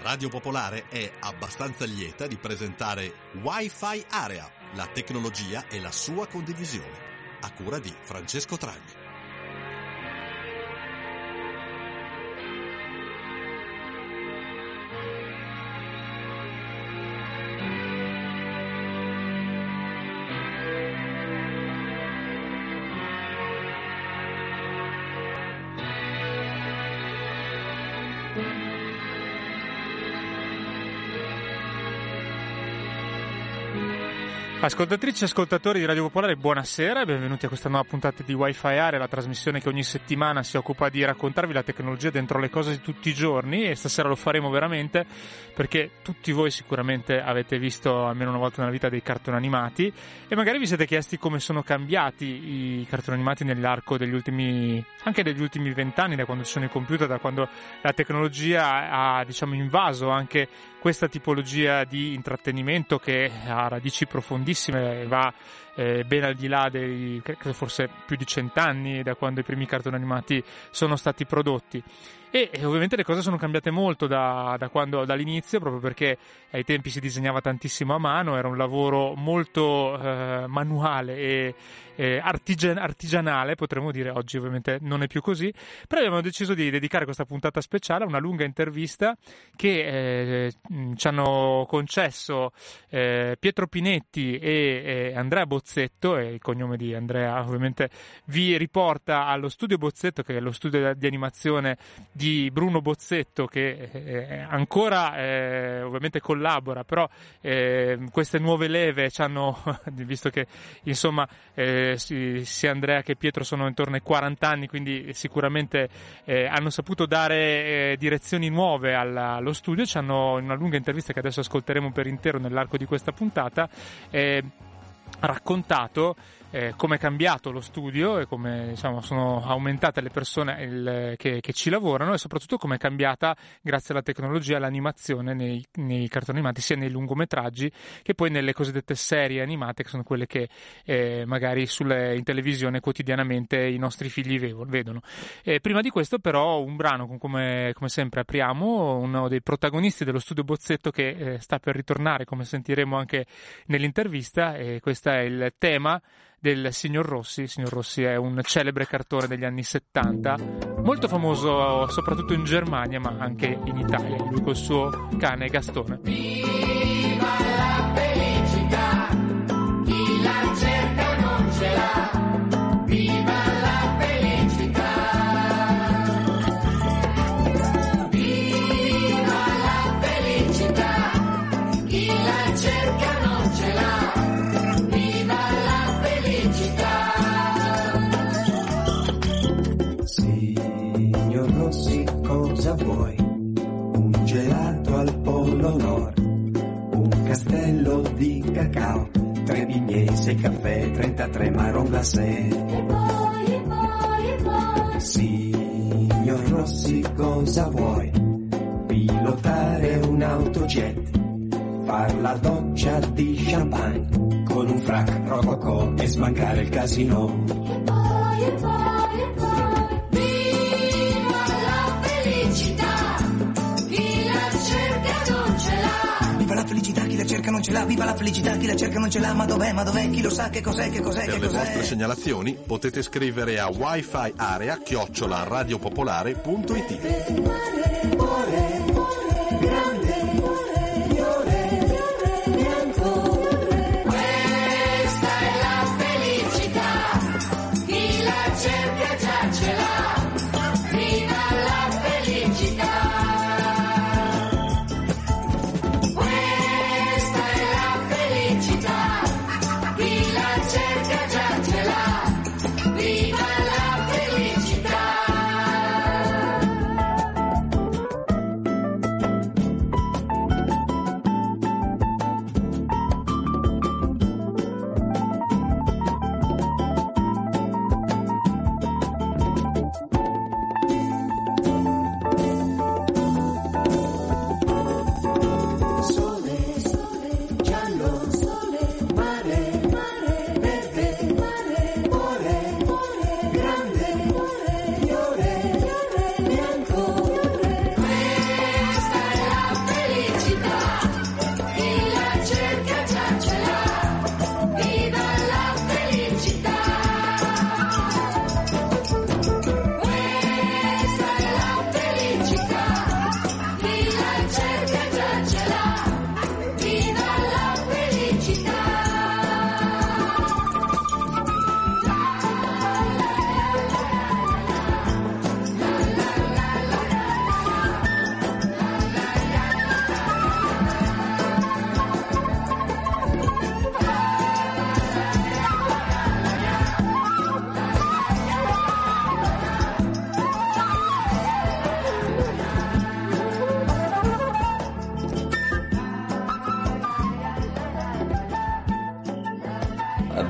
Radio Popolare è abbastanza lieta di presentare Wi-Fi Area, la tecnologia e la sua condivisione, a cura di Francesco Tragli. Ascoltatrici e ascoltatori di Radio Popolare, buonasera e benvenuti a questa nuova puntata di Wi-Fi Area, la trasmissione che ogni settimana si occupa di raccontarvi la tecnologia dentro le cose di tutti i giorni, e stasera lo faremo veramente perché tutti voi sicuramente avete visto almeno una volta nella vita dei cartoni animati e magari vi siete chiesti come sono cambiati i cartoni animati nell'arco degli ultimi 20 anni, da quando ci sono i computer, da quando la tecnologia ha invaso anche questa tipologia di intrattenimento che ha radici profondissime e va ben al di là dei, credo forse più di 100 anni da quando i primi cartoni animati sono stati prodotti. E ovviamente le cose sono cambiate molto dall'inizio, proprio perché ai tempi si disegnava tantissimo a mano, era un lavoro molto manuale e artigianale, potremmo dire. Oggi ovviamente non è più così, però abbiamo deciso di dedicare questa puntata speciale a una lunga intervista che ci hanno concesso Pietro Pinetti e Andrea Bozzetto, e il cognome di Andrea ovviamente vi riporta allo studio Bozzetto, che è lo studio di animazione di Bruno Bozzetto, che ancora ovviamente collabora, però queste nuove leve ci hanno visto che insomma sia Andrea che Pietro sono intorno ai 40 anni, quindi sicuramente hanno saputo dare direzioni nuove allo studio. Ci hanno, in una lunga intervista che adesso ascolteremo per intero nell'arco di questa puntata, raccontato come è cambiato lo studio e come sono aumentate le persone che ci lavorano, e soprattutto come è cambiata, grazie alla tecnologia, l'animazione nei cartoni animati, sia nei lungometraggi che poi nelle cosiddette serie animate, che sono quelle che magari in televisione quotidianamente i nostri figli vedono. Prima di questo però un brano come sempre apriamo, uno dei protagonisti dello studio Bozzetto che sta per ritornare, come sentiremo anche nell'intervista, e questo è il tema del Signor Rossi. Signor Rossi è un celebre cartone degli anni 70, molto famoso soprattutto in Germania ma anche in Italia, lui col suo cane Gastone. Viva la felicità, chi la cerca non ce l'ha, viva la felicità, viva la felicità, chi la cerca non ce l'ha. Signor Rossi, cosa vuoi? Un gelato al Polo Nord, un castello di cacao, 3 bignè, 6 caffè, 33 marron glacé. E poi. Signor Rossi, cosa vuoi? Pilotare un autojet, far la doccia di champagne, con un frac rococò e smancare il casino. E poi. Viva la felicità, chi la cerca non ce l'ha. Viva la felicità, chi la cerca non ce l'ha. Viva la felicità, chi la cerca non ce l'ha. Ma dov'è? Chi lo sa che cos'è? Per le vostre segnalazioni potete scrivere a wifiarea@radiopopolare.it.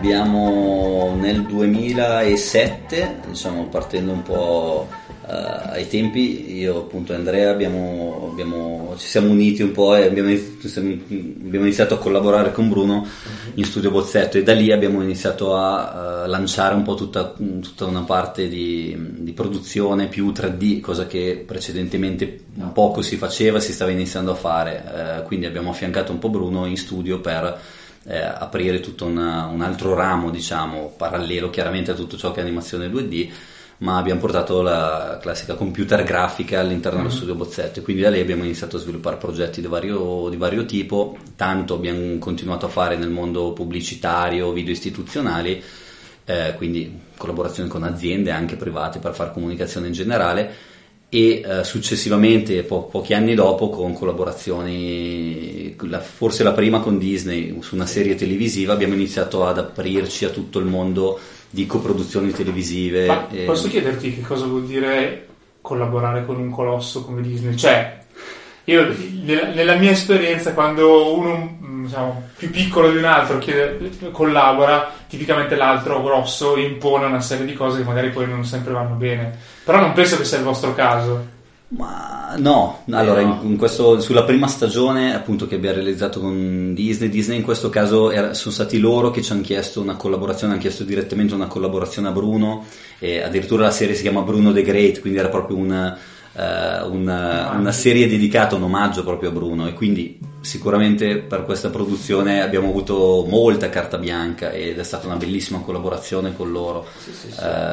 Abbiamo nel 2007, diciamo partendo un po' ai tempi, io appunto e Andrea ci siamo uniti un po' e abbiamo iniziato a collaborare con Bruno in Studio Bozzetto, e da lì abbiamo iniziato a lanciare un po' tutta una parte di produzione più 3D, cosa che precedentemente poco si faceva, si stava iniziando a fare, quindi abbiamo affiancato un po' Bruno in studio per aprire tutto un altro ramo, diciamo, parallelo chiaramente a tutto ciò che è animazione 2D, ma abbiamo portato la classica computer grafica all'interno dello Studio Bozzetto, e quindi da lì abbiamo iniziato a sviluppare progetti di vario tipo. Tanto abbiamo continuato a fare nel mondo pubblicitario, video istituzionali, quindi collaborazioni con aziende anche private per fare comunicazione in generale, e successivamente pochi anni dopo con collaborazioni, forse la prima con Disney su una serie televisiva, abbiamo iniziato ad aprirci a tutto il mondo di coproduzioni televisive. Ma posso chiederti che cosa vuol dire collaborare con un colosso come Disney? Cioè, io nella mia esperienza, quando uno, diciamo, più piccolo di un altro collabora, tipicamente l'altro grosso impone una serie di cose che magari poi non sempre vanno bene, però non penso che sia il vostro caso. Ma no, allora in questo, sulla prima stagione appunto che abbiamo realizzato con Disney in questo caso sono stati loro che ci hanno chiesto una collaborazione, hanno chiesto direttamente una collaborazione a Bruno, e addirittura la serie si chiama Bruno the Great, quindi era proprio una serie dedicata, un omaggio proprio a Bruno, e quindi sicuramente per questa produzione abbiamo avuto molta carta bianca ed è stata una bellissima collaborazione con loro. Sì.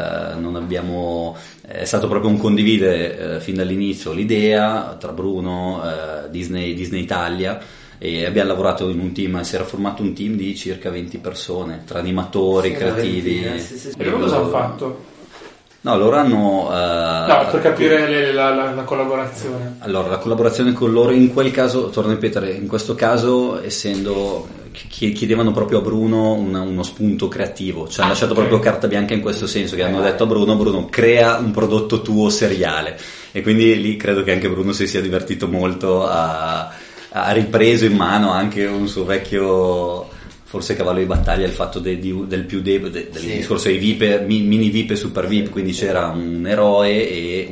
È stato proprio un condividere fin dall'inizio l'idea tra Bruno, Disney Italia, e abbiamo lavorato in un team, si era formato un team di circa 20 persone tra animatori, creativi. E loro cosa hanno fatto? No, loro hanno... per capire la collaborazione. Allora, la collaborazione con loro, in quel caso, torno a ripetere, in questo caso, essendo chiedevano proprio a Bruno uno spunto creativo, cioè hanno lasciato proprio carta bianca in questo senso, che hanno detto a Bruno, crea un prodotto tuo seriale, e quindi lì credo che anche Bruno si sia divertito molto, ha ripreso in mano anche un suo vecchio... forse cavallo di battaglia, il fatto del discorso dei VIP, mini VIP e super VIP, quindi c'era un eroe e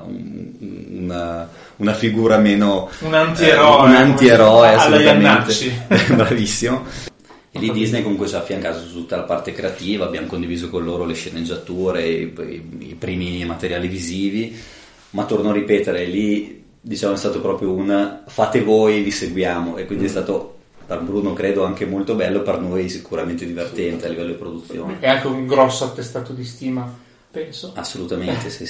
una figura meno... un antieroe assolutamente. Bravissimo. E lì Disney comunque ci ha affiancato su tutta la parte creativa, abbiamo condiviso con loro le sceneggiature, i primi materiali visivi, ma torno a ripetere, lì diciamo è stato proprio un fate voi, vi seguiamo, e quindi è stato... per Bruno credo anche molto bello, per noi sicuramente divertente a livello di produzione. E anche un grosso attestato di stima, penso. Assolutamente, sì.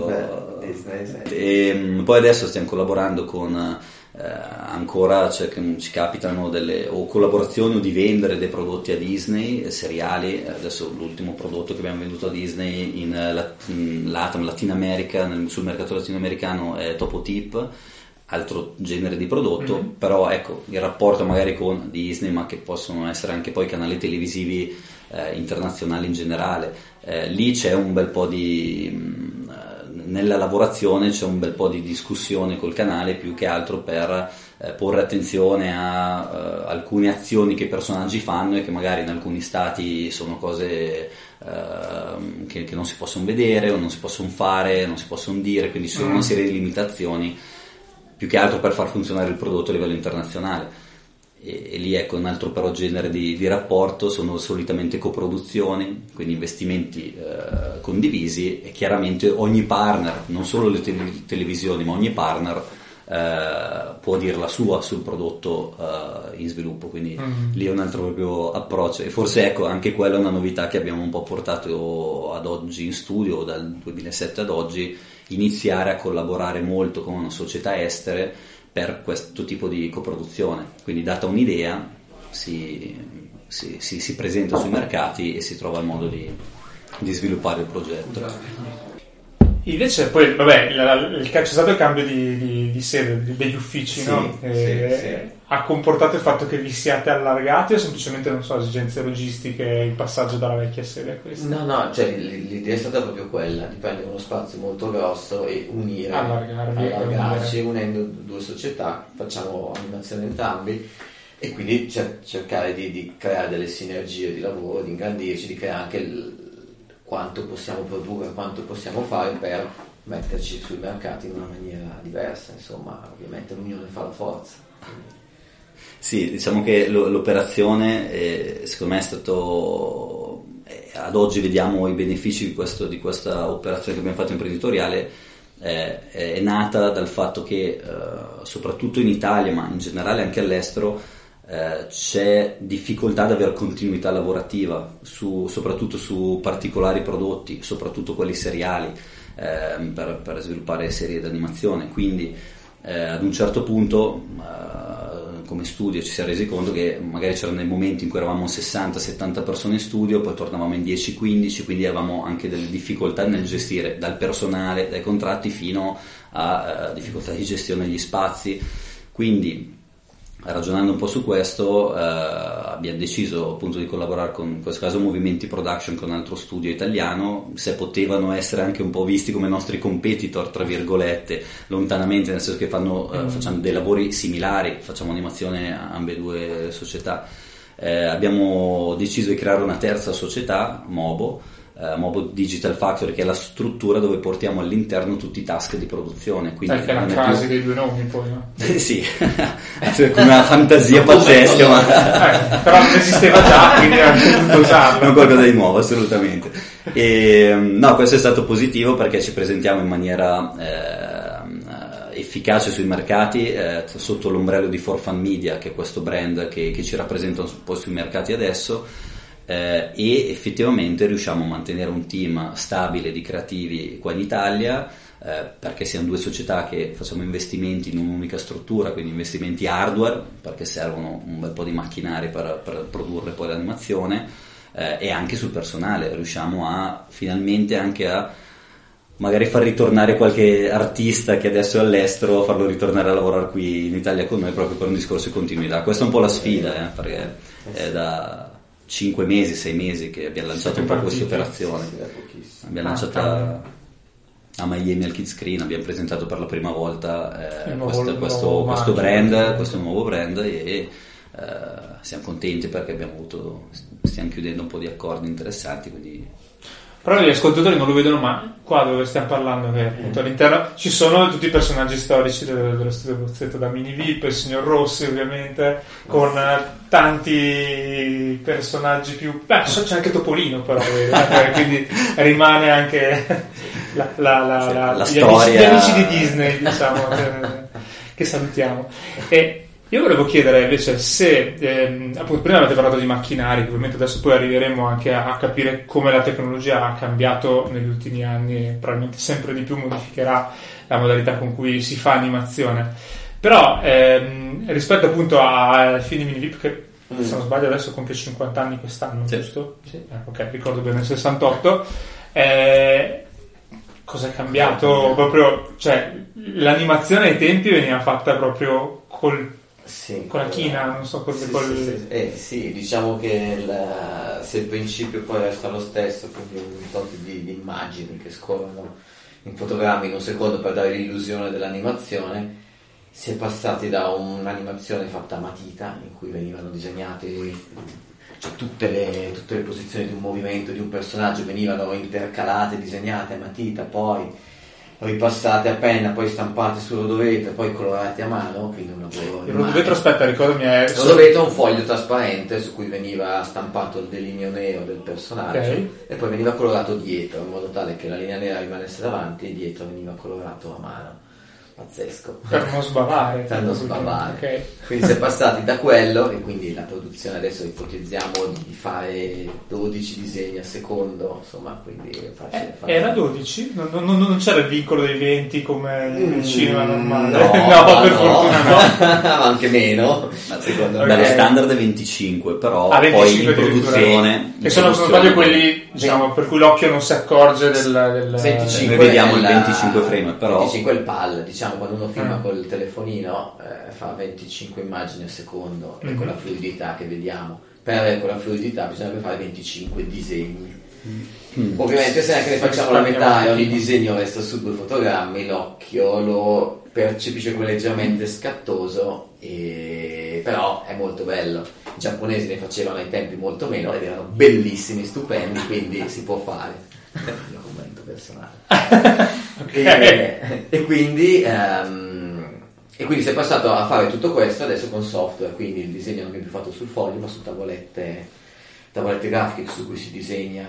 E poi adesso stiamo collaborando con ancora, cioè che ci capitano delle o collaborazioni o di vendere dei prodotti a Disney, seriali. Adesso l'ultimo prodotto che abbiamo venduto a Disney in Latin America, sul mercato latinoamericano, è Topo Tip, altro genere di prodotto, però ecco, il rapporto magari con Disney, ma che possono essere anche poi canali televisivi internazionali in generale, lì c'è un bel po' nella lavorazione c'è un bel po' di discussione col canale, più che altro per porre attenzione a alcune azioni che i personaggi fanno e che magari in alcuni stati sono cose che non si possono vedere o non si possono fare, non si possono dire, quindi ci sono una serie di limitazioni, più che altro per far funzionare il prodotto a livello internazionale. E lì ecco un altro però genere di rapporto sono solitamente coproduzioni, quindi investimenti condivisi, e chiaramente ogni partner, non solo le televisioni, ma ogni partner può dire la sua sul prodotto in sviluppo, quindi lì è un altro proprio approccio, e forse ecco anche quella è una novità che abbiamo un po' portato ad oggi in studio, dal 2007 ad oggi, iniziare a collaborare molto con società estere per questo tipo di coproduzione. Quindi data un'idea si presenta sui mercati e si trova il modo di sviluppare il progetto. Invece poi c'è stato il cambio di sede degli uffici, sì, no? Sì. Ha comportato il fatto che vi siate allargati o semplicemente, non so, esigenze logistiche, il passaggio dalla vecchia sede a questa? No, cioè l'idea è stata proprio quella di prendere uno spazio molto grosso e allargarci, unendo due società, facciamo animazione entrambi, e quindi cercare di creare delle sinergie di lavoro, di ingrandirci, di creare anche quanto possiamo produrre, quanto possiamo fare per metterci sui mercati in una maniera diversa. Insomma, ovviamente l'unione fa la forza. Sì, diciamo che l'operazione secondo me è stato, ad oggi vediamo i benefici di questa operazione che abbiamo fatto imprenditoriale, è nata dal fatto che soprattutto in Italia, ma in generale anche all'estero, c'è difficoltà ad avere continuità lavorativa soprattutto su particolari prodotti, soprattutto quelli seriali, per sviluppare serie d'animazione. Quindi ad un certo punto come studio ci si è resi conto che magari c'erano dei momenti in cui eravamo 60-70 persone in studio, poi tornavamo in 10-15, quindi avevamo anche delle difficoltà nel gestire, dal personale, dai contratti, fino a difficoltà di gestione degli spazi. Quindi, ragionando un po' su questo, abbiamo deciso appunto di collaborare con, in questo caso, Movimenti Production, con un altro studio italiano, se potevano essere anche un po' visti come nostri competitor, tra virgolette, lontanamente, nel senso che facciamo dei lavori similari, facciamo animazione a ambedue società. Abbiamo deciso di creare una terza società, Mobo Digital Factory, che è la struttura dove portiamo all'interno tutti i task di produzione. Quindi anche la crasi dei due nomi poi, no? Sì, con una fantasia pazzesca, ma però non esisteva già, quindi era potuto usarlo. Non qualcosa di nuovo, assolutamente. No, questo è stato positivo perché ci presentiamo in maniera efficace sui mercati, sotto l'ombrello di For Fun Media, che è questo brand che ci rappresenta un po' sui mercati adesso. E effettivamente riusciamo a mantenere un team stabile di creativi qua in Italia, perché siamo due società che facciamo investimenti in un'unica struttura, quindi investimenti hardware, perché servono un bel po' di macchinari per produrre poi l'animazione, e anche sul personale riusciamo a finalmente anche a magari far ritornare qualche artista che adesso è all'estero, farlo ritornare a lavorare qui in Italia con noi, proprio per un discorso di continuità. Questa è un po' la sfida, perché è da 5 mesi, 6 mesi che abbiamo lanciato un po' questa operazione. Abbiamo lanciato a Miami al Kids Screen, abbiamo presentato per la prima volta questo brand, questo nuovo brand, e siamo contenti perché stiamo chiudendo un po' di accordi interessanti, quindi. Però gli ascoltatori non lo vedono mai, qua dove stiamo parlando, che appunto all'interno ci sono tutti i personaggi storici dello studio Bozzetto, da Mini Vip, il signor Rossi ovviamente, con tanti personaggi più. C'è anche Topolino però, quindi rimane anche la gli storia. Amici di Disney, diciamo, che salutiamo. E io volevo chiedere invece se, appunto, prima avete parlato di macchinari, che ovviamente adesso poi arriveremo anche a capire come la tecnologia ha cambiato negli ultimi anni e probabilmente sempre di più modificherà la modalità con cui si fa animazione. Però rispetto appunto ai film di Minivip, che se non sbaglio adesso compie 50 anni quest'anno, sì. Giusto? Sì. Ok, ricordo bene, 68. Cosa è cambiato? Proprio, cioè, l'animazione ai tempi veniva fatta proprio con la china, non so, sì, diciamo che se il principio poi resta lo stesso, quindi un tot di immagini che scorrono in fotogrammi in un secondo per dare l'illusione dell'animazione, si è passati da un'animazione fatta a matita, in cui venivano disegnate, cioè tutte le posizioni di un movimento, di un personaggio venivano intercalate, disegnate a matita, poi ripassate a penna, poi stampate sul rodovetro, poi colorate a mano, quindi un lavoro. Il rodovetro, aspetta, ricordami, il rodovetro è un foglio trasparente su cui veniva stampato il delineo nero del personaggio, okay, e poi veniva colorato dietro, in modo tale che la linea nera rimanesse davanti e dietro veniva colorato a mano. Pazzesco. Per non sbavare. Okay. Quindi si è passati da quello, e quindi la produzione adesso ipotizziamo di fare 12 disegni a secondo, insomma, quindi è facile fare. Era 12? Non c'era il vincolo dei 20 come nel cinema normale? No, per fortuna no. Anche meno. Secondo me. Lo standard è 25, però 25 poi in produzione. Che sono proprio quelli, diciamo, per cui l'occhio non si accorge del 25. Noi vediamo il 25 frame, però 25 è il PAL, diciamo, quando uno filma col telefonino fa 25 immagini a secondo, e con la fluidità che vediamo. Per avere quella fluidità bisognerebbe fare 25 disegni Ovviamente se anche ne facciamo la metà e ogni disegno resta su 2 fotogrammi, l'occhio lo percepisce come leggermente scattoso, però è molto bello. I giapponesi ne facevano ai tempi molto meno ed erano bellissimi, stupendi, quindi si può fare. Il mio commento personale. E quindi si è passato a fare tutto questo adesso con software, quindi il disegno non è più fatto sul foglio ma su tavolette grafiche su cui si disegna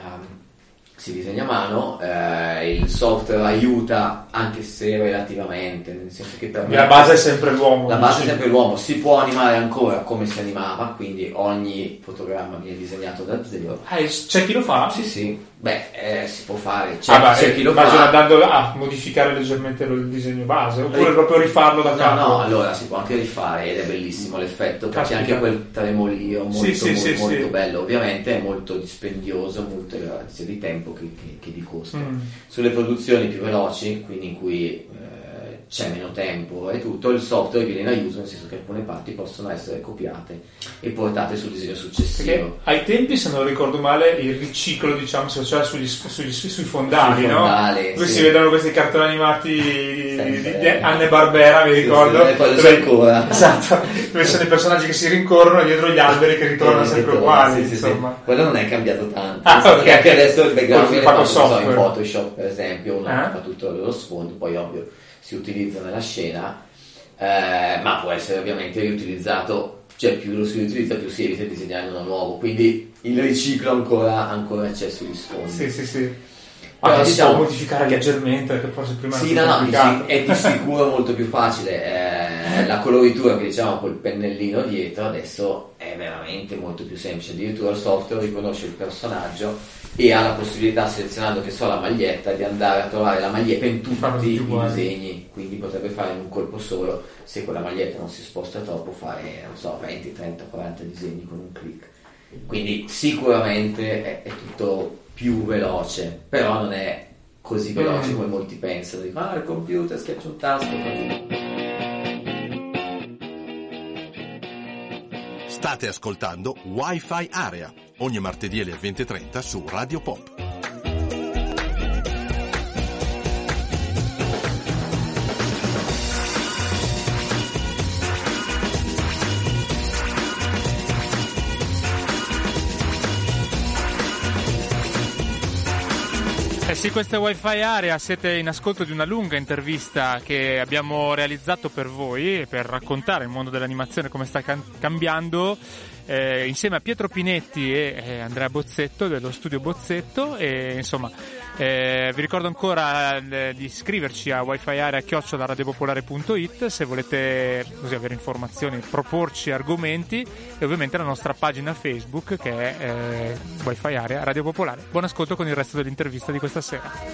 a mano. Il software aiuta anche se relativamente, nel senso che per me la base è sempre l'uomo. La base è sempre l'uomo, si può animare ancora come si animava, quindi ogni fotogramma viene disegnato da zero. C'è chi lo fa? Sì. Si può fare. C'è chi lo fa. Immagino andando a modificare leggermente il disegno base, oppure proprio rifarlo da capo. No, allora si può anche rifare ed è bellissimo l'effetto, perché anche quel tremolio molto bello. Ovviamente è molto dispendioso, molto sia di tempo che di costo. Sulle produzioni più veloci, quindi in cui c'è meno tempo e tutto, il software viene in aiuto, nel senso che alcune parti possono essere copiate e portate sul disegno successivo. Perché ai tempi, se non ricordo male, il riciclo, diciamo, si faceva sui fondali, no? Dove si vedono questi cartoni animati di Hanna Barbera, mi ricordo. Esatto, dove sono i personaggi che si rincorrono dietro gli alberi che ritornano sempre uguali, insomma. Quello non è cambiato tanto. Okay. Anche adesso il background viene fatto in software. Photoshop, per esempio, uno fa tutto lo sfondo, poi ovvio si utilizza nella scena, ma può essere ovviamente riutilizzato, cioè più lo si utilizza più si evita di disegnare uno nuovo, quindi il riciclo ancora c'è sugli sfondi. Sì. Ma si può modificare leggermente, perché forse prima è di sicuro molto più facile. La coloritura che diciamo col pennellino dietro adesso è veramente molto più semplice, addirittura il software riconosce il personaggio e ha la possibilità, selezionando che so la maglietta, di andare a trovare la maglietta in tutti i disegni, quindi potrebbe fare in un colpo solo, se quella maglietta non si sposta troppo, fare 20, 30, 40 disegni con un click. Quindi sicuramente è tutto più veloce, però non è così veloce come molti pensano. Dicono, il computer schiaccia un tasto. State ascoltando Wi-Fi Area, ogni martedì alle 20:30 su Radio Pop. Sì, questa è Wi-Fi Area, siete in ascolto di una lunga intervista che abbiamo realizzato per voi, per raccontare il mondo dell'animazione, come sta cambiando, insieme a Pietro Pinetti e Andrea Bozzetto dello studio Bozzetto. E insomma, vi ricordo ancora di iscriverci a wifiarea@radiopopolare.it se volete così avere informazioni, proporci argomenti, e ovviamente la nostra pagina Facebook che è Wi-Fi Area Radio Popolare. Buon ascolto con il resto dell'intervista di questa sera.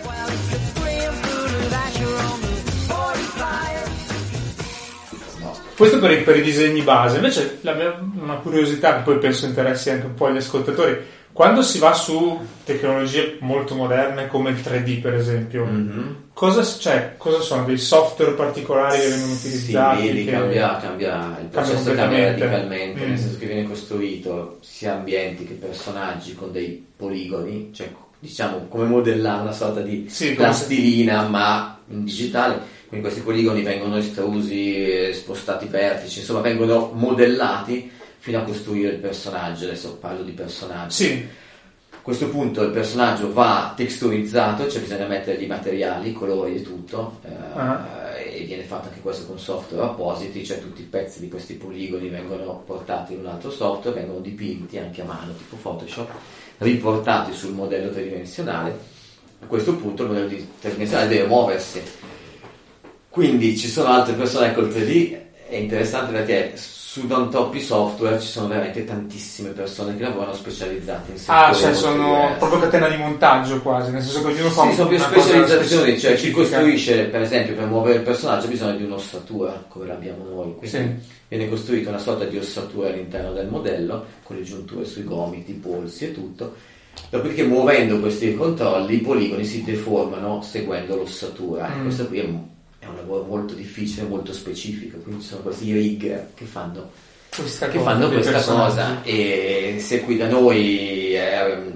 Questo per i disegni base. Invece una curiosità che poi penso interessi anche un po' agli ascoltatori: quando si va su tecnologie molto moderne come il 3D per esempio, cosa sono dei software particolari che vengono utilizzati? Sì, cambia il processo, cambia radicalmente, nel senso che viene costruito sia ambienti che personaggi con dei poligoni, cioè diciamo come modellare una sorta di plastilina ma in digitale. Quindi questi poligoni vengono estrusi, spostati vertici, insomma vengono modellati fino a costruire il personaggio. Adesso parlo di personaggio. Sì. A questo punto il personaggio va texturizzato, cioè bisogna mettere i materiali, colori e tutto, e viene fatto anche questo con software appositi, cioè tutti i pezzi di questi poligoni vengono portati in un altro software, vengono dipinti anche a mano, tipo Photoshop, riportati sul modello tridimensionale. A questo punto il modello tridimensionale deve muoversi. Quindi ci sono altre persone col 3D, è interessante perché su non troppi software ci sono veramente tantissime persone che lavorano specializzate in settori. Cioè sono proprio catena di montaggio quasi, nel senso che ognuno fa sono più specializzazioni, cioè chi costruisce, per esempio, per muovere il personaggio ha bisogno di un'ossatura, come l'abbiamo noi, quindi viene costruita una sorta di ossatura all'interno del modello, con le giunture sui gomiti, i polsi e tutto. Dopodiché, muovendo questi controlli, i poligoni si deformano seguendo l'ossatura. E questo qui è un lavoro molto difficile, molto specifico, quindi ci sono questi rigger che fanno questa cosa. E se qui da noi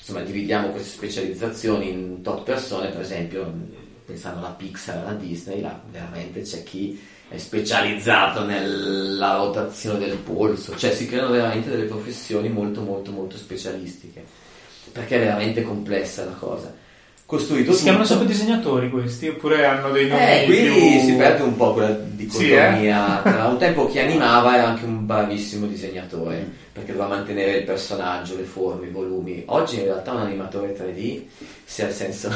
insomma dividiamo queste specializzazioni in tot persone, per esempio pensando alla Pixar, alla Disney, là veramente c'è chi è specializzato nella rotazione del polso, cioè si creano veramente delle professioni molto molto molto specialistiche, perché è veramente complessa la cosa. Costruito si chiamano tutto. sempre disegnatori questi, oppure hanno dei nomi Qui più... si perde un po' quella dicotomia. Tra un tempo chi animava era anche un bravissimo disegnatore, perché doveva mantenere il personaggio, le forme, i volumi. Oggi in realtà un animatore 3D, sia il senso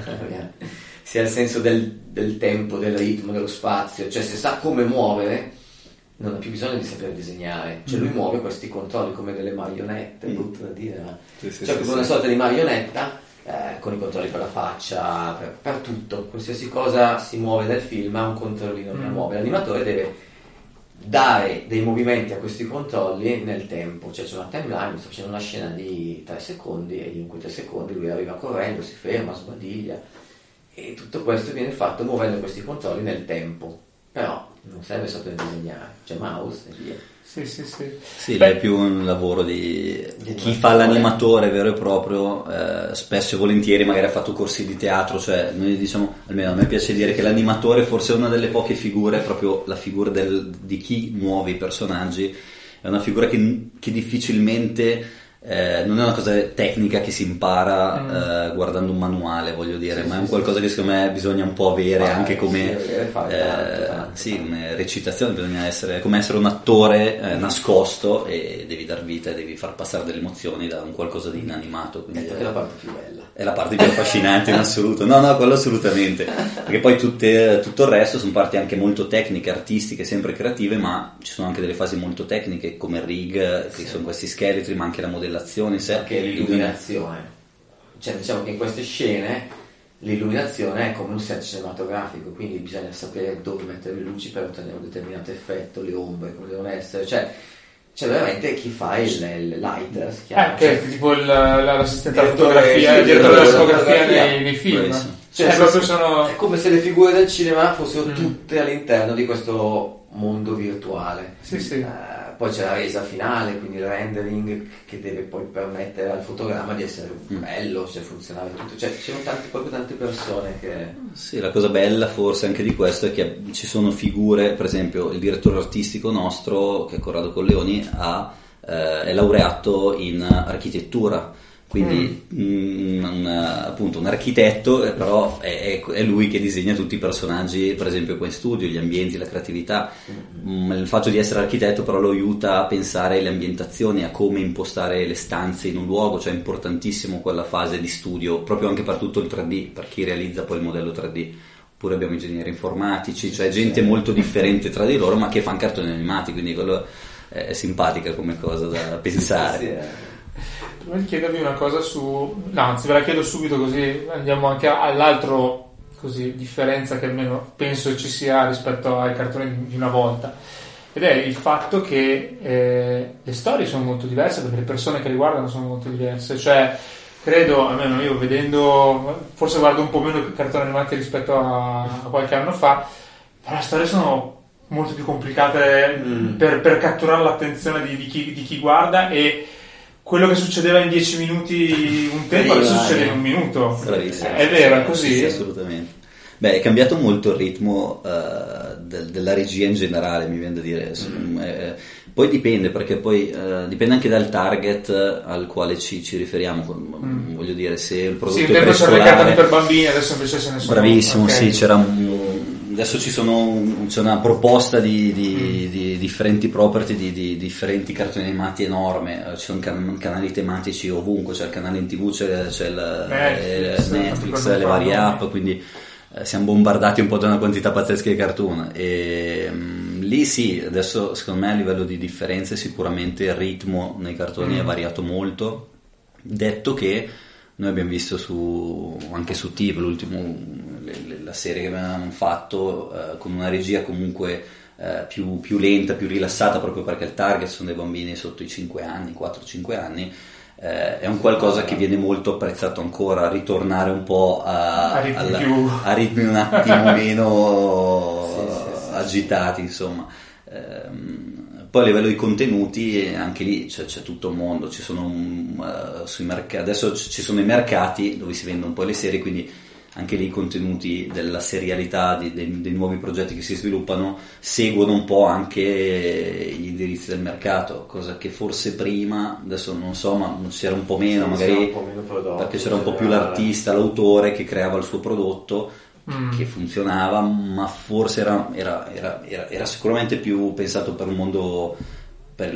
sia il senso del tempo, del ritmo, dello spazio, cioè se sa come muovere non ha più bisogno di sapere disegnare, cioè lui muove questi controlli come delle marionette, brutto da dire, ma... cioè come una sorta di marionetta, con i controlli per la faccia, per tutto, qualsiasi cosa si muove nel film ha un controllino che la muove. L'animatore deve dare dei movimenti a questi controlli nel tempo, cioè c'è una timeline, sto facendo una scena di 3 secondi e in quei 3 secondi lui arriva correndo, si ferma, sbadiglia, e tutto questo viene fatto muovendo questi controlli nel tempo, però non serve sapere disegnare, c'è mouse e via. Sì, è più un lavoro di chi fa l'animatore vero e proprio, spesso e volentieri magari ha fatto corsi di teatro, cioè noi diciamo, almeno a me piace dire che l'animatore forse è una delle poche figure, proprio la figura di chi muove i personaggi, è una figura che difficilmente... non è una cosa tecnica che si impara guardando un manuale, voglio dire, ma è un qualcosa che secondo me bisogna un po' avere anche come come recitazione, bisogna essere come essere un attore nascosto, e devi dar vita e devi far passare delle emozioni da un qualcosa di inanimato, quindi è la parte più bella, è la parte più affascinante in assoluto. No, quello assolutamente, perché poi tutto il resto sono parti anche molto tecniche, artistiche, sempre creative, ma ci sono anche delle fasi molto tecniche come il rig, che sono questi scheletri, ma anche la modellazione in sé, anche l'illuminazione, cioè diciamo che in queste scene l'illuminazione è come un set cinematografico, quindi bisogna sapere dove mettere le luci per ottenere un determinato effetto, le ombre come devono essere, cioè c'è veramente chi fa il lighter, si chiama, che è tipo l'assistente alla fotografia, il direttore della fotografia nei film. Cioè, proprio è come se le figure del cinema fossero tutte all'interno di questo mondo virtuale. Poi c'è la resa finale, quindi il rendering che deve poi permettere al fotogramma di essere bello, cioè funzionare tutto. Cioè ci sono proprio tante persone che... Sì, la cosa bella forse anche di questo è che ci sono figure, per esempio il direttore artistico nostro, che è Corrado Colleoni, è laureato in architettura. Quindi appunto un architetto, però è lui che disegna tutti i personaggi, per esempio qua in studio, gli ambienti, la creatività. Il fatto di essere architetto però lo aiuta a pensare alle ambientazioni, a come impostare le stanze in un luogo, cioè è importantissimo quella fase di studio, proprio anche per tutto il 3D, per chi realizza poi il modello 3D. Oppure abbiamo ingegneri informatici, cioè gente molto differente tra di loro, ma che fanno cartoni animati, quindi quello è simpatica come cosa da pensare. Voglio chiedervi una cosa anzi ve la chiedo subito, così andiamo anche all'altro differenza che almeno penso ci sia rispetto ai cartoni di una volta, ed è il fatto che le storie sono molto diverse, perché le persone che li guardano sono molto diverse, cioè credo, almeno io vedendo, forse guardo un po' meno cartoni animati rispetto a qualche anno fa, però le storie sono molto più complicate per catturare l'attenzione di chi guarda, e quello che succedeva in 10 minuti un tempo adesso succede in un minuto. Bravissimo. È vero, è così? Sì, assolutamente. Beh, è cambiato molto il ritmo della regia in generale, mi viene da dire. Poi dipende, perché poi dipende anche dal target al quale ci riferiamo. Voglio dire, se il prodotto un tempo c'erano le cartoni per bambini, adesso invece se ne sono... Bravissimo, okay. Sì, adesso c'è una proposta di differenti property, di differenti cartoni animati enorme, ci sono canali tematici ovunque, c'è il canale in TV, c'è Netflix, le varie app, quindi siamo bombardati un po' da una quantità pazzesca di cartoon, e lì sì, adesso secondo me a livello di differenze sicuramente il ritmo nei cartoni è variato molto, detto che noi abbiamo visto anche su TV la serie che avevamo fatto con una regia comunque più lenta, più rilassata, proprio perché il target sono dei bambini sotto i 5 anni, 4-5 anni, è un qualcosa che viene molto apprezzato ancora, ritornare un po' a ritmi un attimo meno agitati, insomma. Poi a livello di contenuti anche lì c'è tutto un mondo, ci sono sui mercati, adesso ci sono i mercati dove si vendono un po' le serie, quindi anche lì i contenuti della serialità dei nuovi progetti che si sviluppano seguono un po' anche gli indirizzi del mercato, cosa che forse prima, adesso non so, ma c'era un po' meno, magari un po' meno prodotto, perché c'era un po' più l'artista, l'autore che creava il suo prodotto che funzionava, ma forse era sicuramente più pensato per un mondo per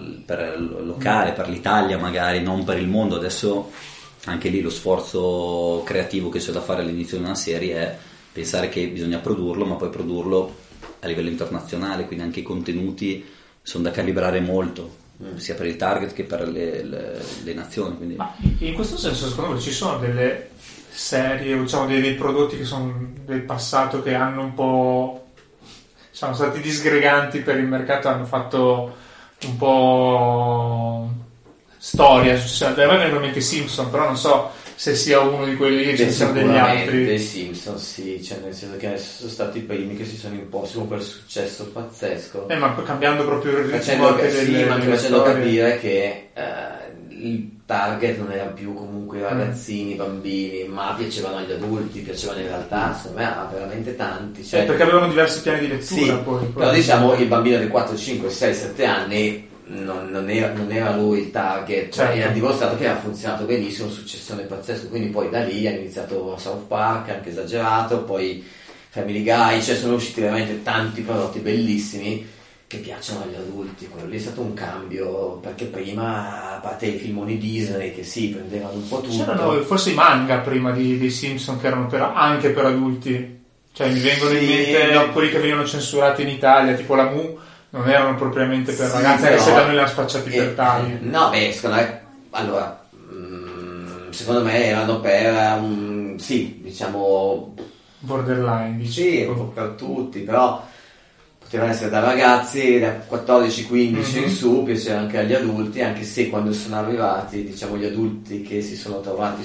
il locale, per l'Italia magari, non per il mondo. Adesso anche lì lo sforzo creativo che c'è da fare all'inizio di una serie è pensare che bisogna produrlo, ma poi produrlo a livello internazionale, quindi anche i contenuti sono da calibrare molto, sia per il target che per le nazioni. Quindi. Ma in questo senso secondo me ci sono delle serie o diciamo dei prodotti che sono del passato che hanno un po', sono stati disgreganti per il mercato, hanno fatto un po' storia, cioè, a me vengono in mente Simpson, però non so se sia uno di quelli che ci sono degli altri. Dei Simpson, sì, cioè nel senso che adesso sono stati i primi che si sono imposti con quel successo pazzesco, ma cambiando proprio il ritmo facendo capire che il target non era più comunque ragazzini, bambini, ma piacevano agli adulti, piacevano in realtà, secondo me a veramente tanti, cioè, perché avevano diversi piani di lettura. Sì, poi però diciamo il bambino di 4, 5, 6, 7 anni non era lui il target, certo. E ha dimostrato che ha funzionato benissimo, un successone pazzesco, quindi poi da lì ha iniziato South Park, anche esagerato, poi Family Guy, cioè sono usciti veramente tanti prodotti bellissimi che piacciono agli adulti. Quello lì è stato un cambio, perché prima, a parte i filmoni Disney che sì, prendevano un po' tutto, c'erano forse i manga prima dei Simpson che erano anche per adulti, cioè mi vengono in mente quelli che venivano censurati in Italia, tipo la Mu, non erano propriamente per ragazzi, anche se da noi li hanno spacciati per tali. No, secondo me, allora, secondo me erano per sì, diciamo borderline, sì, un po' per tutti, però potevano essere da ragazzi da 14-15 in su, piaceva anche agli adulti, anche se quando sono arrivati, diciamo, gli adulti che si sono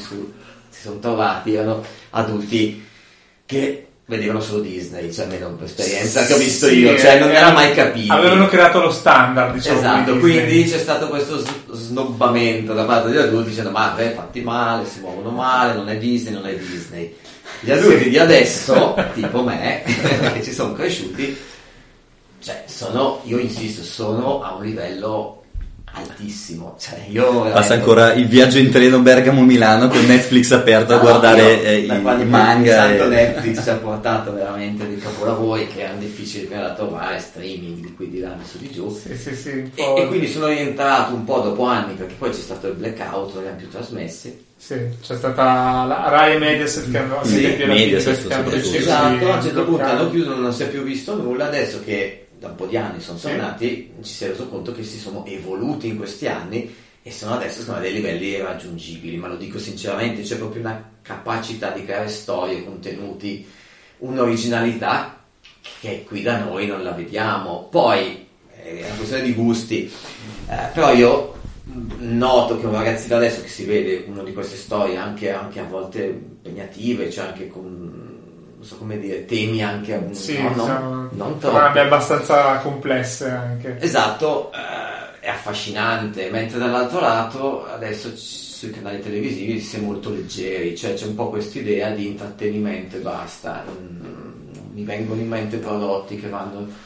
trovati erano adulti che vedevano solo Disney, cioè almeno per esperienza che ho visto io, cioè non era mai capito. Avevano creato lo standard, diciamo. Esatto, quindi c'è stato questo snobbamento da parte degli adulti dicendo ma fatti male, si muovono male, non è Disney. Gli adulti di adesso, tipo me, che ci sono cresciuti, cioè io insisto, sono a un livello altissimo, cioè io passa ancora il viaggio in treno Bergamo-Milano con Netflix aperto a guardare i manga Netflix ci ha portato veramente dei capolavori che erano difficili da trovare, streaming di qui di là su di giù, sì, e quindi sono rientrato un po' dopo anni, perché poi c'è stato il blackout, non li hanno più trasmessi. Sì, c'è stata la Rai e Mediaset che hanno deciso, esatto, a un certo punto non si è più visto nulla. Adesso che da un po' di anni sono tornati, ci si è reso conto che si sono evoluti in questi anni e sono adesso a dei livelli irraggiungibili, ma lo dico sinceramente, c'è proprio una capacità di creare storie, contenuti, un'originalità che qui da noi non la vediamo. Poi è una questione di gusti, però io noto che un ragazzino adesso che si vede una di queste storie anche a volte impegnative, cioè anche con, non so come dire, temi anche non troppo, abbastanza complesse anche. Esatto, è affascinante, mentre dall'altro lato adesso sui canali televisivi si è molto leggeri, cioè c'è un po' quest'idea di intrattenimento e basta. Mi vengono in mente prodotti che vanno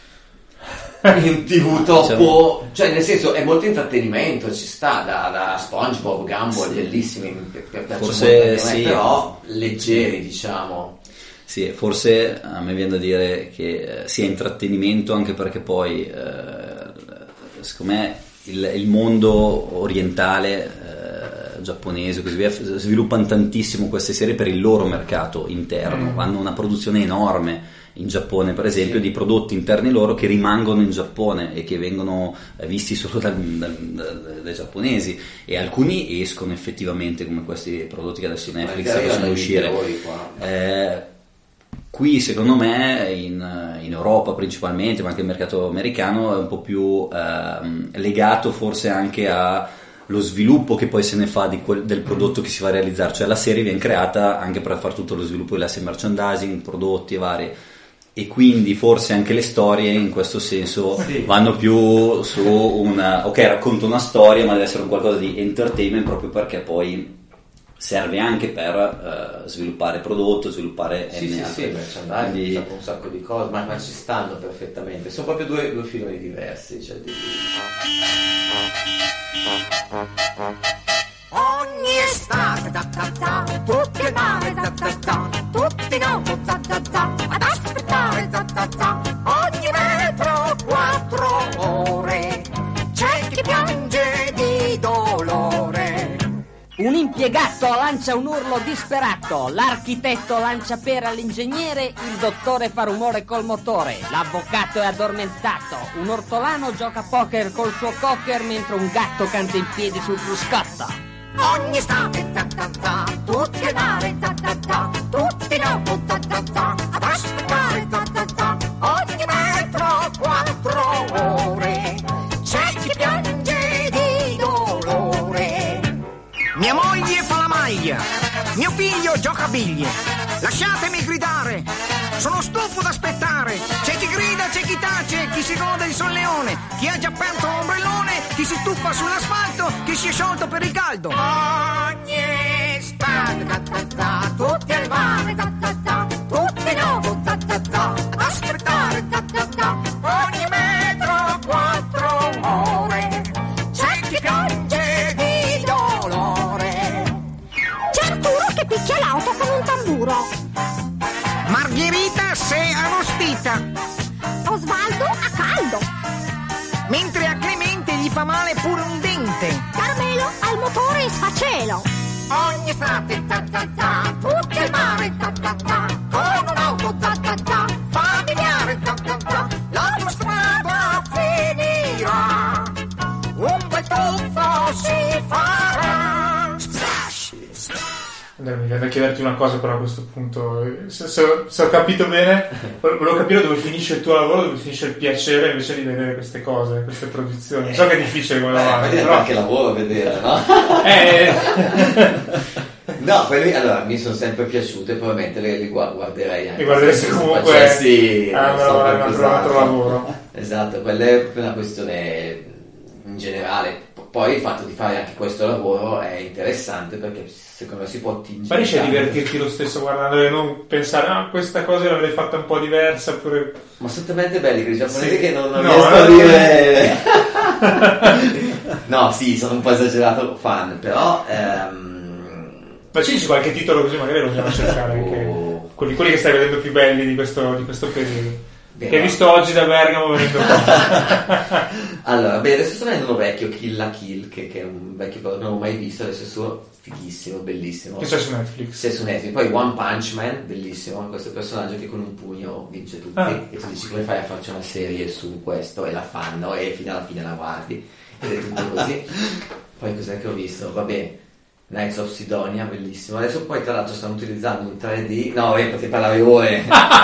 in TV troppo, cioè nel senso è molto intrattenimento, ci sta da SpongeBob, Gumball, bellissimi, forse sì, però leggeri, diciamo. Sì, forse a me viene da dire che sia intrattenimento, anche perché poi secondo me il mondo orientale, giapponese, così via, sviluppano tantissimo queste serie per il loro mercato interno, hanno una produzione enorme in Giappone, per esempio, di prodotti interni loro che rimangono in Giappone e che vengono visti solo dai giapponesi, e alcuni escono effettivamente come questi prodotti che adesso Netflix sta facendo uscire. Qui secondo me in Europa principalmente, ma anche il mercato americano, è un po' più legato forse anche allo sviluppo che poi se ne fa del prodotto che si va a realizzare, cioè la serie viene creata anche per fare tutto lo sviluppo dell'asset merchandising, prodotti e vari. e quindi forse anche le storie in questo senso vanno più su racconto una storia, ma deve essere un qualcosa di entertainment, proprio perché poi serve anche per sviluppare prodotto, sviluppare merchandising, un sacco di cose, ma ci stanno perfettamente, sono proprio due filoni diversi, cioè Ogni estate, tutti al mare, tutti in auto, ad aspettare, ogni metro 4 ore, c'è chi piange di dolore. Un impiegato lancia un urlo disperato, l'architetto lancia pera all'ingegnere, il dottore fa rumore col motore, l'avvocato è addormentato, un ortolano gioca a poker col suo cocker mentre un gatto canta in piedi sul cruscotto. Ogni estate, tutti al mare, tutti in auto, ad aspettare, ogni metro 4 ore, c'è chi piange di dolore. Mia moglie fa la maglia, mio figlio gioca a biglie. Lasciatemi gridare, sono stufo d'aspettare. C'è chi grida, c'è chi tace, chi si gode il solleone, chi ha già aperto l'ombrellone, chi si stuffa sull'asfalto, chi si è sciolto per il caldo. Ogni estate, tutti al mare, tutti in auto, ad aspettare, ogni metro 4 ore, c'è chi piange di dolore. C'è Arturo che picchia l'auto con un tamburo. Margherita si è arrostita, Osvaldo a caldo. mentre a Clemente gli fa male pure un dente. Carmelo al motore sfacelo. Ogni estate, tutti al mare, con un'auto, familiare, l'autostrada finirà, un bel tuffo si farà. Andrea, mi viene da chiederti una cosa però a questo punto, se ho capito bene, volevo capire dove finisce il tuo lavoro, dove finisce il piacere invece di vedere queste cose, queste produzioni. So che è difficile come lavoro, però anche lavoro a vedere, no? No, allora mi sono sempre piaciute, probabilmente le guarderei anche. Mi guarderesti comunque facessi un altro lavoro. Esatto, quella è una questione in generale. Poi il fatto di fare anche questo lavoro è interessante perché secondo me si può tingere. Ma riesci a divertirti lo stesso guardando e non pensare questa cosa l'avrei fatta un po' diversa oppure... Ma sono talmente belli quei giapponesi che non no, riesco a dire... No, sì, sono un po' esagerato fan, però... Ma ci dici qualche titolo così magari lo andiamo a cercare anche quelli che stai vedendo più belli di questo periodo. Che hai visto oggi da Bergamo venendo qua. Allora, adesso sto vedendo uno vecchio, Kill la Kill, che è un vecchio che non avevo mai visto, adesso è suo fighissimo, bellissimo. Che c'è su Netflix. C'è su Netflix. Poi One Punch Man, bellissimo, questo personaggio che con un pugno vince tutti. E tu dici come fai a farci una serie su questo? E la fanno e fino alla fine la guardi. Ed è tutto così. Poi cos'è che ho visto? Vabbè, Knights of Sidonia, bellissimo. Adesso poi tra l'altro stanno utilizzando un 3D. No, potrei parlare ore.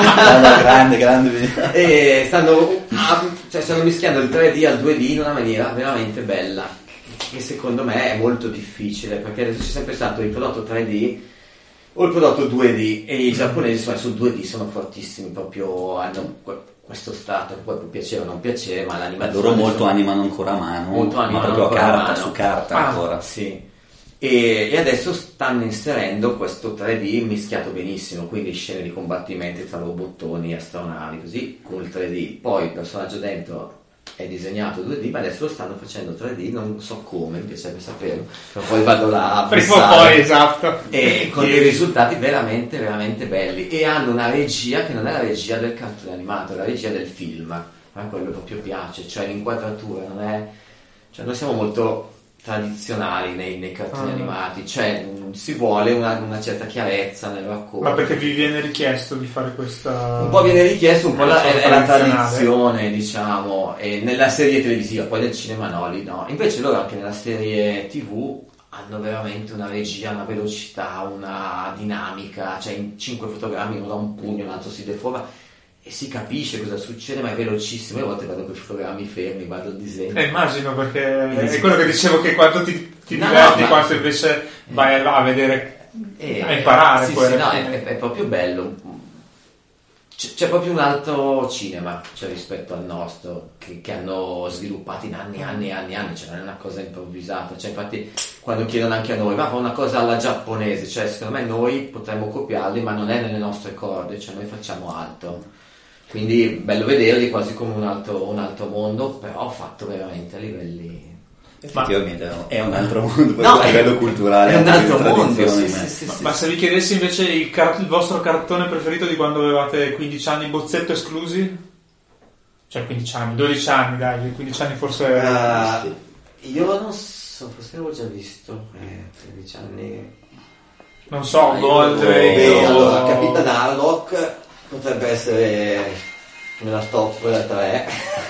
grande. E stanno mischiando il 3D al 2D in una maniera veramente bella, che secondo me è molto difficile, perché adesso c'è sempre stato il prodotto 3D o il prodotto 2D e i giapponesi sul 2D sono fortissimi, proprio hanno questo stato che poi può piacere o non piacere, ma l'animazione loro molto animano ancora a mano, ma proprio a carta, su carta ancora. Sì. E adesso stanno inserendo questo 3D mischiato benissimo, quindi scene di combattimenti tra robottoni e astronavi, così con il 3D. Poi il personaggio dentro è disegnato 2D, ma adesso lo stanno facendo 3D, non so come, mi piacerebbe saperlo, però poi vado là a poi esatto. E con dei risultati veramente, veramente belli. E hanno una regia che non è la regia del cartone animato, è la regia del film. A me quello proprio piace, cioè l'inquadratura non è... Cioè noi siamo molto tradizionali nei cartoni animati, cioè si vuole una certa chiarezza nel racconto. Ma perché vi viene richiesto di fare questa... Un po' viene richiesto, un po' è la tradizione, diciamo, e nella serie televisiva, poi nel cinema no. Invece loro anche nella serie TV hanno veramente una regia, una velocità, una dinamica, cioè in 5 fotogrammi uno dà un pugno, un altro si deforma e si capisce cosa succede, ma è velocissimo. Io a volte vado con i fotogrammi fermi, guardo il disegno. Immagino, perché è quello che dicevo, che quanto ti diverti, quanto invece vai a vedere, a imparare. Sì, poi è proprio bello. c'è proprio un altro cinema, cioè, rispetto al nostro, che hanno sviluppato in anni, cioè non è una cosa improvvisata, cioè infatti quando chiedono anche a noi, ma fa una cosa alla giapponese, cioè secondo me noi potremmo copiarli, ma non è nelle nostre corde, cioè noi facciamo altro. Quindi bello vederli quasi come un altro mondo, però fatto veramente a livelli... Effettivamente è un altro mondo, a livello culturale, è un altro mondo, ma se vi chiedessi invece il vostro cartone preferito di quando avevate 15 anni, bozzetto esclusi? Cioè 15 anni, 12 anni, dai, 15 anni forse... io non so, forse l'avevo già visto, 13 anni... Non so, allora, Capitan Harlock potrebbe essere nella top quella 3.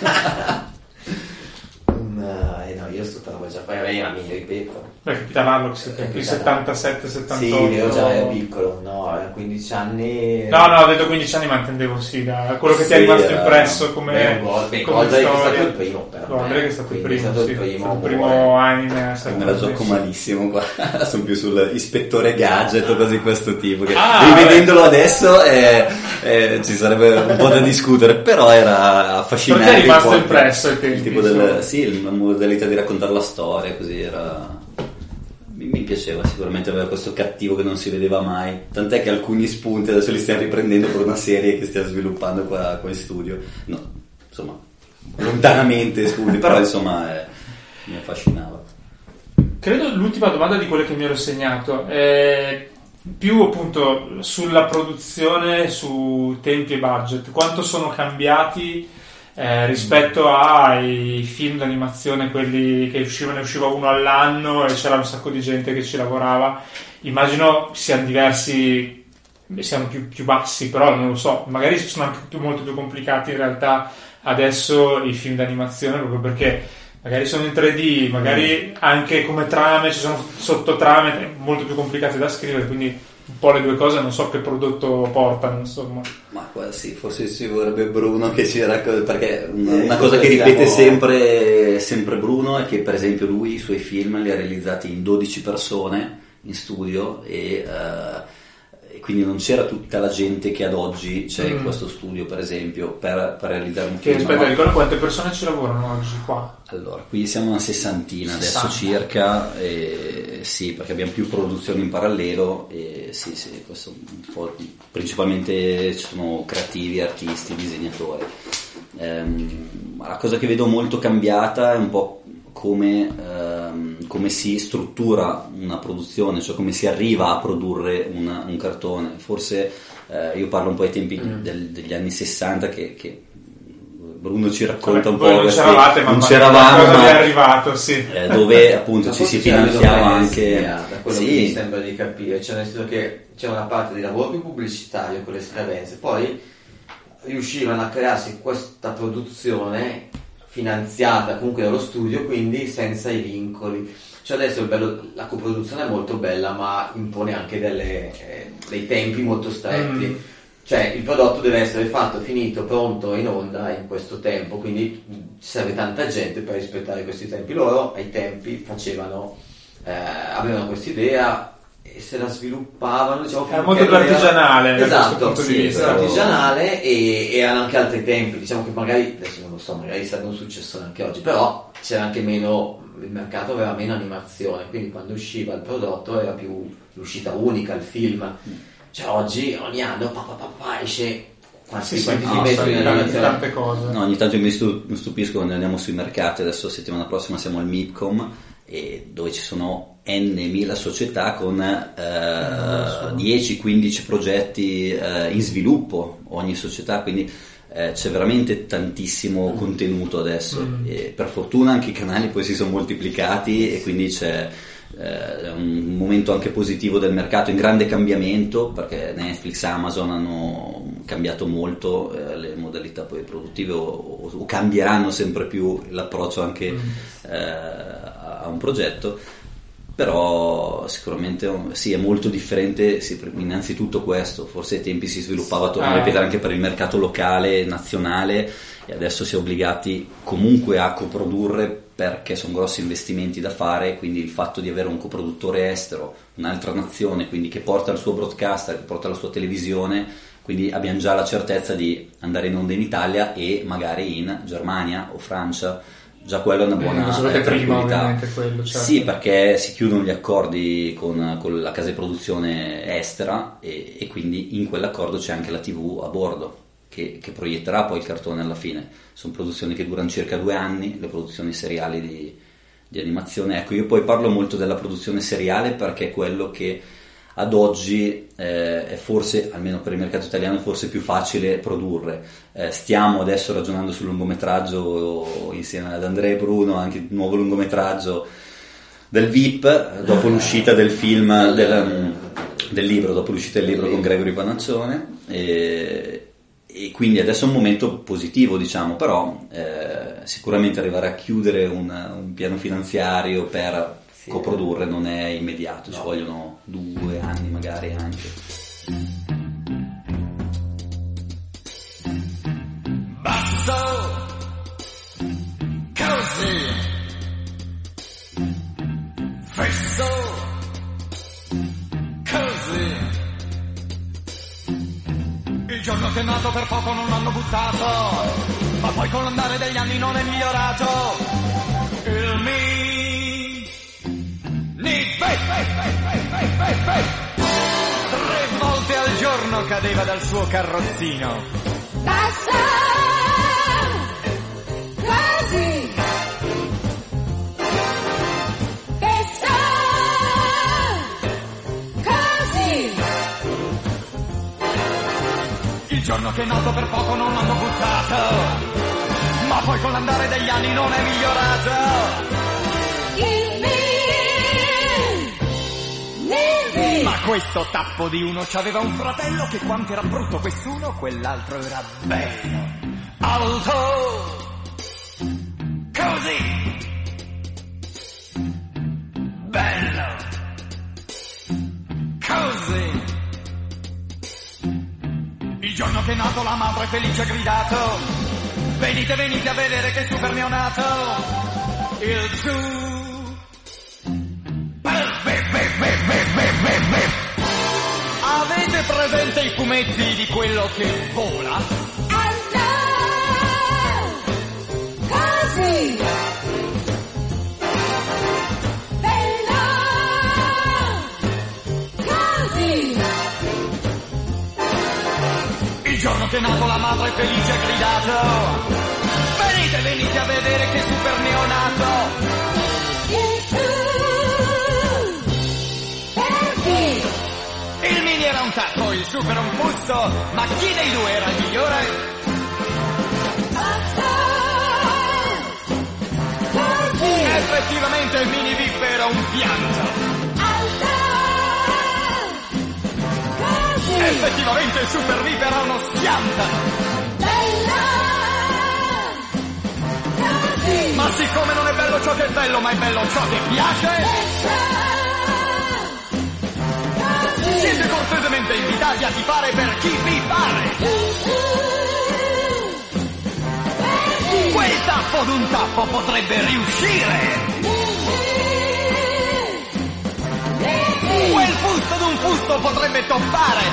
Io sto roba già, poi mi ripeto. Beh, Capitan Harlock, il 77, 78. Sì, io già ero piccolo, no, 15 anni. No, ho detto 15 anni, ma intendevo da quello che ti è rimasto impresso come Goldrake è stato il primo, però. Goldrake è stato il primo, il primo anime. Me la gioco malissimo qua, sono più sull'ispettore gadget o cose di questo tipo, che rivedendolo adesso ci sarebbe un po' da discutere, però era affascinante. Perché è rimasto impresso ai tempi? Il tipo la modalità di raccontare la storia, così era... Mi piaceva, sicuramente aveva questo cattivo che non si vedeva mai, tant'è che alcuni spunti adesso li stiamo riprendendo per una serie che stiamo sviluppando qua in studio, no, insomma lontanamente spunti, però insomma mi affascinava. Credo l'ultima domanda di quelle che mi ero segnato è più appunto sulla produzione, su tempi e budget, quanto sono cambiati rispetto ai film d'animazione, quelli che ne usciva uno all'anno e c'era un sacco di gente che ci lavorava. Immagino siano diversi, siano più bassi, però non lo so, magari sono anche molto più complicati in realtà adesso i film d'animazione, proprio perché magari sono in 3D, magari anche come trame ci sono sottotrame molto più complicate da scrivere, quindi un po' le due cose non so che prodotto portano, insomma. Ma sì, forse ci vorrebbe Bruno che ci racconta, perché una cosa che ripete sempre Bruno è che per esempio lui i suoi film li ha realizzati in 12 persone in studio e quindi non c'era tutta la gente che ad oggi c'è in questo studio, per esempio, per realizzare un film. Aspetta, ricordo quante persone ci lavorano oggi qua? Allora, qui siamo una 60 adesso circa, sì, perché abbiamo più produzioni in parallelo e sì, questo un po', principalmente ci sono creativi, artisti, disegnatori. La cosa che vedo molto cambiata è un po' come si struttura una produzione, cioè come si arriva a produrre un cartone. Forse io parlo un po' ai tempi degli anni 60 che Bruno ci racconta un po'. Non c'eravamo, ma è arrivato, sì. Dove appunto ci si finanziava anche. Da quello che mi sembra di capire, cioè nel senso che c'è una parte di lavoro più pubblicitario con le scadenze, poi riuscivano a crearsi questa produzione finanziata comunque dallo studio, quindi senza i vincoli. Cioè adesso il bello, la coproduzione è molto bella, ma impone anche dei tempi molto stretti. Cioè il prodotto deve essere fatto, finito, pronto in onda in questo tempo, quindi serve tanta gente per rispettare questi tempi. Loro ai tempi avevano quest'idea e se la sviluppavano, diciamo, era molto più artigianale, esatto, punto di vista. Artigianale e erano anche altri tempi, diciamo che magari adesso non lo so, magari sarebbe un successo anche oggi, però c'era anche meno, il mercato aveva meno animazione, quindi quando usciva il prodotto era più l'uscita unica, il film. Cioè oggi ogni anno esce quanti film in animazione, tante cose. No, ogni tanto mi stupisco quando andiamo sui mercati. Adesso settimana prossima siamo al MIPCOM, e dove ci sono mila società con 10-15 progetti in sviluppo ogni società, quindi c'è veramente tantissimo contenuto adesso, e per fortuna anche i canali poi si sono moltiplicati e quindi c'è un momento anche positivo del mercato in grande cambiamento, perché Netflix, Amazon hanno cambiato molto le modalità poi produttive o cambieranno sempre più l'approccio anche a un progetto. Però sicuramente sì, è molto differente. Innanzitutto questo, forse ai tempi si sviluppava, torno a ripetere, anche per il mercato locale, nazionale, e adesso si è obbligati comunque a coprodurre perché sono grossi investimenti da fare, quindi il fatto di avere un coproduttore estero, un'altra nazione, quindi che porta il suo broadcaster, che porta la sua televisione, quindi abbiamo già la certezza di andare in onda in Italia e magari in Germania o Francia. Già quello è una buona tranquillità. Quello, certo. Sì, perché si chiudono gli accordi con la casa di produzione estera e quindi in quell'accordo c'è anche la TV a bordo che proietterà poi il cartone alla fine. Sono produzioni che durano circa 2 anni, le produzioni seriali di animazione. Ecco, io poi parlo molto della produzione seriale perché è quello che ad oggi è forse, almeno per il mercato italiano, è forse più facile produrre. Stiamo adesso ragionando sul lungometraggio insieme ad Andrea e Bruno, anche il nuovo lungometraggio del VIP, dopo l'uscita del film, del libro, dopo l'uscita del libro con Gregory Panaccione, e quindi adesso è un momento positivo, diciamo, però sicuramente arrivare a chiudere un piano finanziario per coprodurre non è immediato, ci vogliono 2 anni magari anche. Basso così fesso così, il giorno che è nato per poco non l'hanno buttato, ma poi con l'andare degli anni non è migliorato. Il Tre volte al giorno cadeva dal suo carrozzino. Basta così, basta così. Il giorno che è nato per poco non l'hanno buttato, ma poi con l'andare degli anni non è migliorato. Ma questo tappo di uno c'aveva un fratello che quanto era brutto quest'uno, quell'altro era bello, alto, così, bello, così. Il giorno che è nato la madre felice ha gridato: venite, venite a vedere che super neonato. Il su avete presente i fumetti di quello che vola? Alto così, bello così. Il giorno che è nato la madre felice ha gridato: venite, venite a vedere che super neonato. Il mini era un tappo, il super un fusto, ma chi dei due era il migliore? Effettivamente il mini VIP era un pianto. Effettivamente il super VIP era uno schianto. Ma siccome non è bello ciò che è bello, ma è bello ciò che piace, siete cortesemente invitati a tifare per chi vi pare. Quel tappo d'un tappo potrebbe riuscire. Quel fusto d'un fusto potrebbe toppare.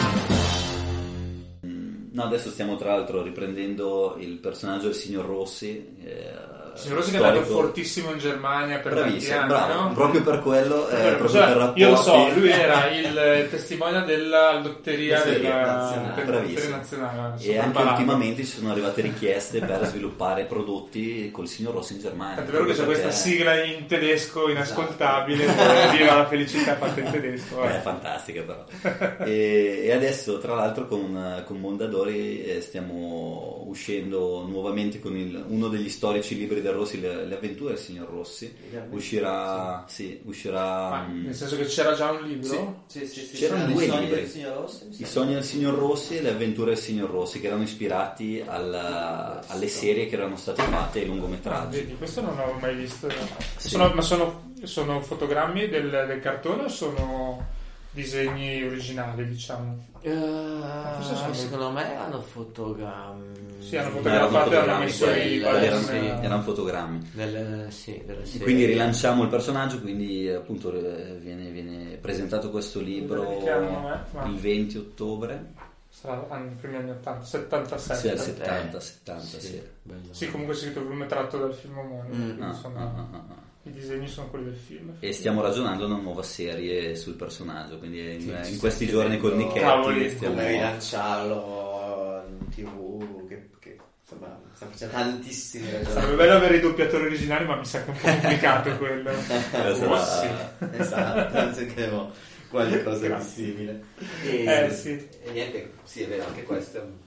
No, adesso stiamo tra l'altro riprendendo il personaggio del signor Rossi. Signor Rossi che è andato fortissimo in Germania per tanti anni, bravo, no? Proprio per quello, proprio per rapporti. Io lo so, lui era il testimone della lotteria nazionale. E anche ultimamente ci sono arrivate richieste per sviluppare prodotti col signor Rossi in Germania. È vero che c'è questa sigla in tedesco inascoltabile, viva la felicità fatta in tedesco. È fantastica però. E adesso tra l'altro con Mondadori stiamo uscendo nuovamente con uno degli storici libri del Rossi, le avventure del signor Rossi. Uscirà. Nel senso che c'era già un libro? Sì. C'erano 2 libri. I sogni del signor Rossi e le avventure del signor Rossi, che erano ispirati alle serie che erano state fatte ai lungometraggi. Vedi, questo non l'avevo mai visto. Sì. Sono fotogrammi del cartone o sono disegni originali, diciamo? Secondo me erano fotogrammi. Sì, hanno fotografato e hanno messo erano fotogrammi. Della serie. Quindi rilanciamo il personaggio, quindi appunto viene presentato questo libro il 20 ottobre. sarà i primi anni 80, 77. Sì, 70, sì. Sì, comunque è scritto volume tratto dal film omonimo, i disegni sono quelli del film. E stiamo ragionando una nuova serie sul personaggio, quindi in questi giorni con Nichetti stiamo... come rilanciarlo in TV, che insomma stiamo facendo tantissimi ragionamenti. Sarebbe bello avere i doppiatori originali, ma mi sa che è un po' complicato quello. Esatto, azzeccheremo qualcosa di simile. Sì. E niente, sì, è vero, anche questo è un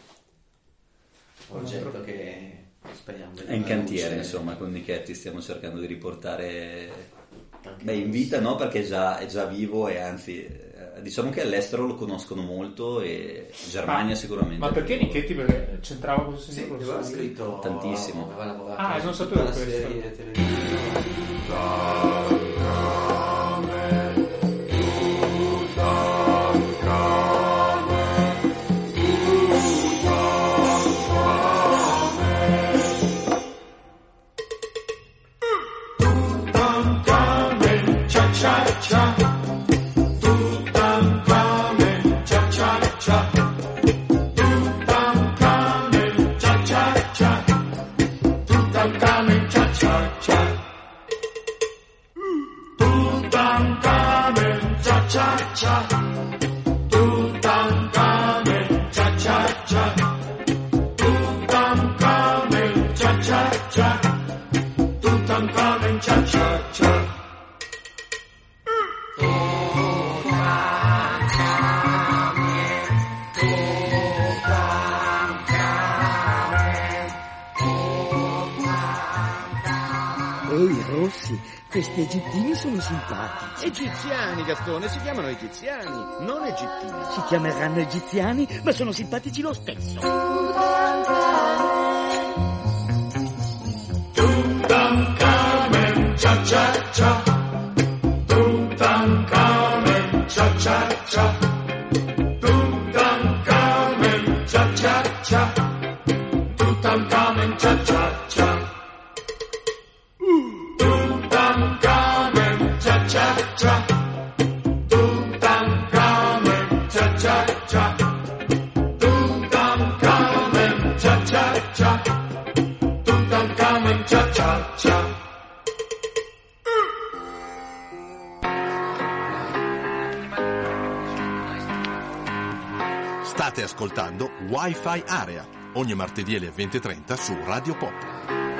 progetto che speriamo è in cantiere, insomma, con Nichetti stiamo cercando di riportare in vita, no, perché è già vivo, e anzi diciamo che all'estero lo conoscono molto, e Germania sicuramente. Ma perché Nichetti? Perché c'entrava con questo sì, aveva scritto tantissimo. Non sapevo la questo. serie televisiva. Ehi Rossi, questi egittini sono simpatici. Egiziani, Gastone, si chiamano egiziani, non egittini. Si chiameranno egiziani, ma sono simpatici lo stesso. Tutankhamen, cha cha cha. Tutankhamen, cha cha cha. Tutankhamen, cha cha cha. Tutankhamen, cha cha cha. Tutankhamen, cha cha cha. Tutankhamen, cha cha cha. Tutankhamen, cha cha cha. Tutankhamen, cha cha cha. State ascoltando Wi-Fi Area, ogni martedì alle 20:30 su Radio Pop.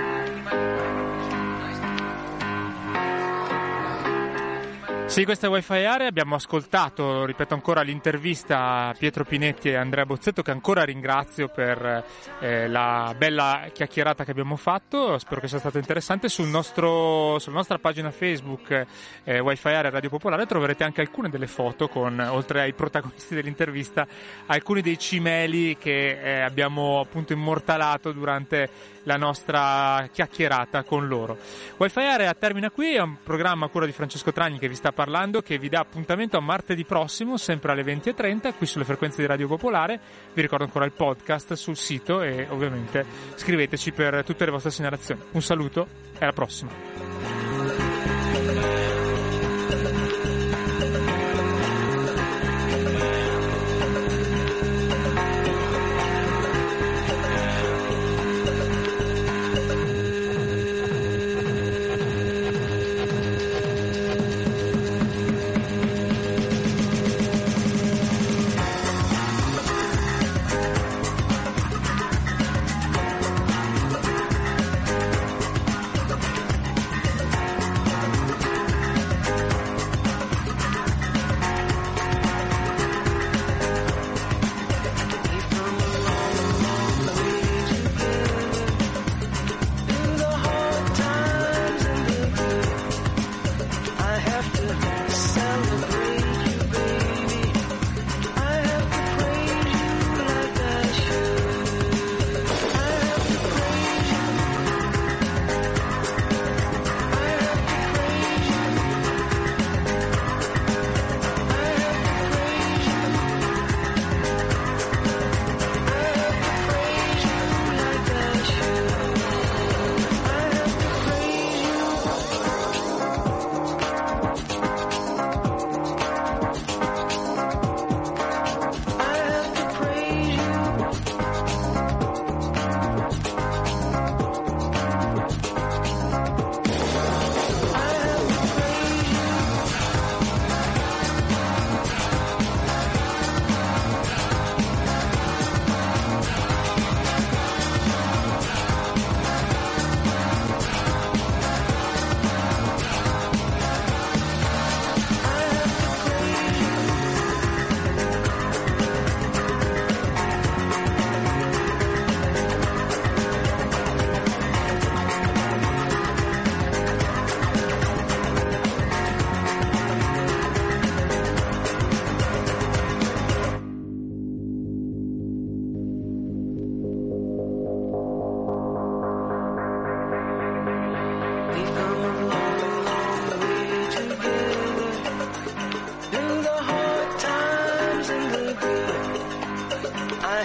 Sì, questa è Wi-Fi Area, abbiamo ascoltato, ripeto ancora, l'intervista a Pietro Pinetti e Andrea Bozzetto, che ancora ringrazio per la bella chiacchierata che abbiamo fatto, spero che sia stato interessante. Sulla nostra pagina Facebook Wi-Fi Area Radio Popolare troverete anche alcune delle foto con, oltre ai protagonisti dell'intervista, alcuni dei cimeli che abbiamo appunto immortalato durante la nostra chiacchierata con loro. Wi-Fi Area termina qui, è un programma a cura di Francesco Tragni che vi sta parlando, che vi dà appuntamento a martedì prossimo, sempre alle 20:30, qui sulle frequenze di Radio Popolare. Vi ricordo ancora il podcast sul sito e ovviamente scriveteci per tutte le vostre segnalazioni. Un saluto e alla prossima.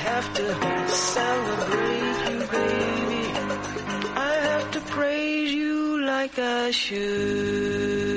have to celebrate you, baby. I have to praise you like I should.